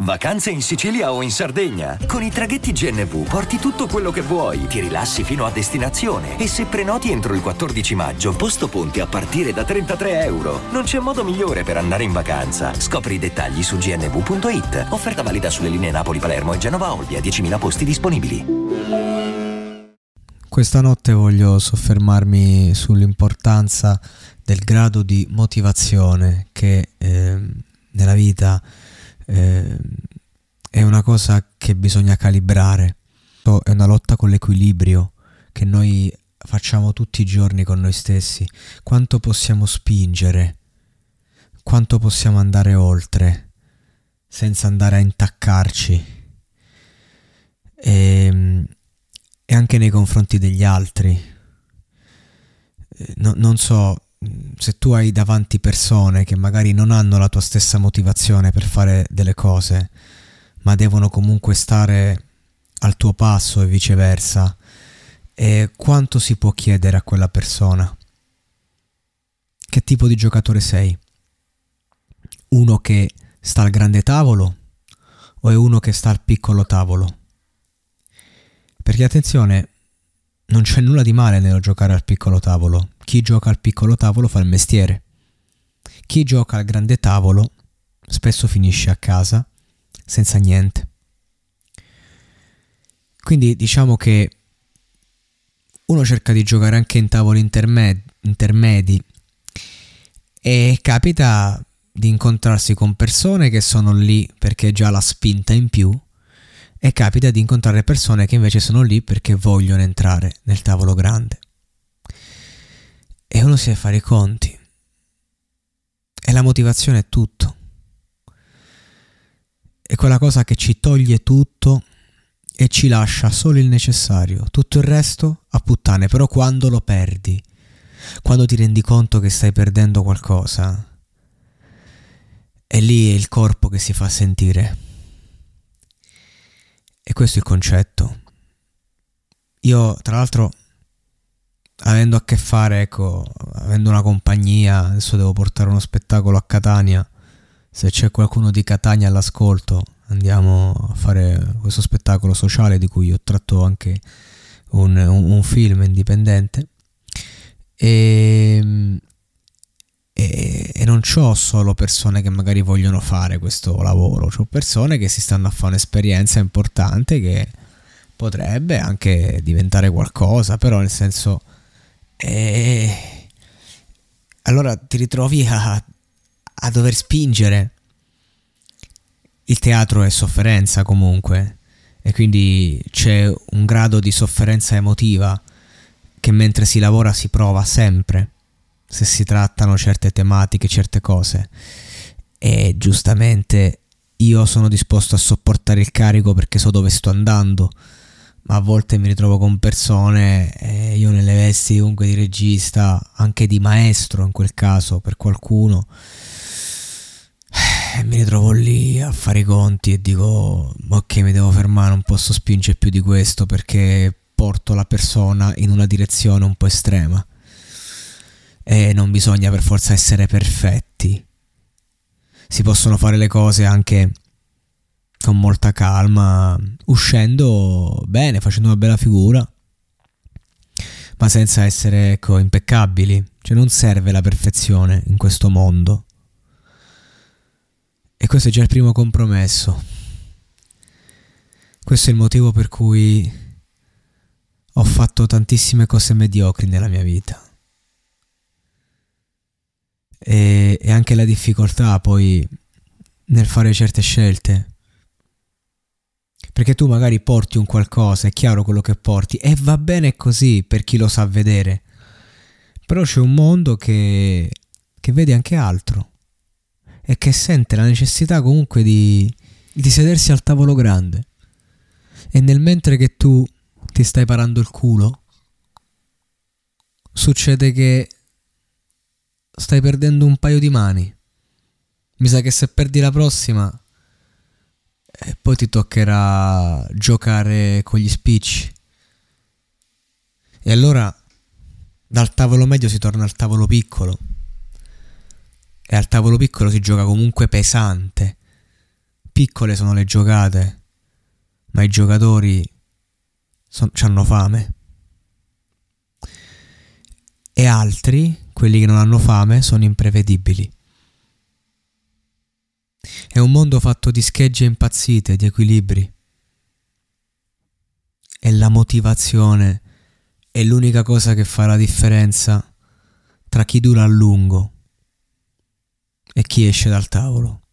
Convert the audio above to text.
Vacanze in Sicilia o in Sardegna? Con i traghetti GNV porti tutto quello che vuoi, ti rilassi fino a destinazione e se prenoti entro il 14 maggio, posto ponti a partire da €33. Non c'è modo migliore per andare in vacanza. Scopri i dettagli su gnv.it. Offerta valida sulle linee Napoli-Palermo e Genova-Olbia, 10.000 posti disponibili. Questa notte voglio soffermarmi sull'importanza del grado di motivazione che nella vita è una cosa che bisogna calibrare. È una lotta con l'equilibrio che noi facciamo tutti i giorni con noi stessi. Quanto possiamo spingere, quanto possiamo andare oltre senza andare a intaccarci, e anche nei confronti degli altri. Non so se tu hai davanti persone che magari non hanno la tua stessa motivazione per fare delle cose, ma devono comunque stare al tuo passo e viceversa, e quanto si può chiedere a quella persona? Che tipo di giocatore sei? Uno che sta al grande tavolo o è uno che sta al piccolo tavolo? Perché attenzione, non c'è nulla di male nello giocare al piccolo tavolo. Chi gioca al piccolo tavolo fa il mestiere. Chi gioca al grande tavolo spesso finisce a casa senza niente. Quindi diciamo che uno cerca di giocare anche in tavoli intermedi e capita di incontrarsi con persone che sono lì perché già la spinta in più, e capita di incontrare persone che invece sono lì perché vogliono entrare nel tavolo grande. E uno si deve fare i conti. E la motivazione è tutto. È quella cosa che ci toglie tutto e ci lascia solo il necessario. Tutto il resto a puttane. Però quando lo perdi, quando ti rendi conto che stai perdendo qualcosa, è lì il corpo che si fa sentire. E questo è il concetto. Io, tra l'altro, avendo a che fare, avendo una compagnia, adesso devo portare uno spettacolo a Catania. Se c'è qualcuno di Catania all'ascolto, andiamo a fare questo spettacolo sociale di cui ho tratto anche un film indipendente. E non c'ho solo persone che magari vogliono fare questo lavoro, c'ho persone che si stanno a fare un'esperienza importante che potrebbe anche diventare qualcosa, però nel senso allora ti ritrovi a dover spingere. Il teatro è sofferenza comunque, e quindi c'è un grado di sofferenza emotiva che mentre si lavora si prova sempre, se si trattano certe tematiche, certe cose. E giustamente io sono disposto a sopportare il carico perché so dove sto andando, ma a volte mi ritrovo con persone, io nelle vesti comunque di regista, anche di maestro in quel caso per qualcuno, mi ritrovo lì a fare i conti e dico ok, mi devo fermare, non posso spingere più di questo perché porto la persona in una direzione un po' estrema. E non bisogna per forza essere perfetti, si possono fare le cose anche con molta calma, uscendo bene, facendo una bella figura, ma senza essere impeccabili. Cioè non serve la perfezione in questo mondo, e questo è già il primo compromesso. Questo è il motivo per cui ho fatto tantissime cose mediocri nella mia vita. E anche la difficoltà poi nel fare certe scelte, perché tu magari porti un qualcosa, è chiaro quello che porti e va bene così per chi lo sa vedere, però c'è un mondo che vede anche altro e che sente la necessità comunque di sedersi al tavolo grande, e nel mentre che tu ti stai parando il culo succede che stai perdendo un paio di mani. Mi sa che se perdi la prossima poi ti toccherà giocare con gli spicci, e allora dal tavolo medio si torna al tavolo piccolo, e al tavolo piccolo si gioca comunque pesante, piccole sono le giocate, ma i giocatori c'hanno fame. E altri, quelli che non hanno fame, sono imprevedibili. È un mondo fatto di schegge impazzite, di equilibri. E la motivazione è l'unica cosa che fa la differenza tra chi dura a lungo e chi esce dal tavolo.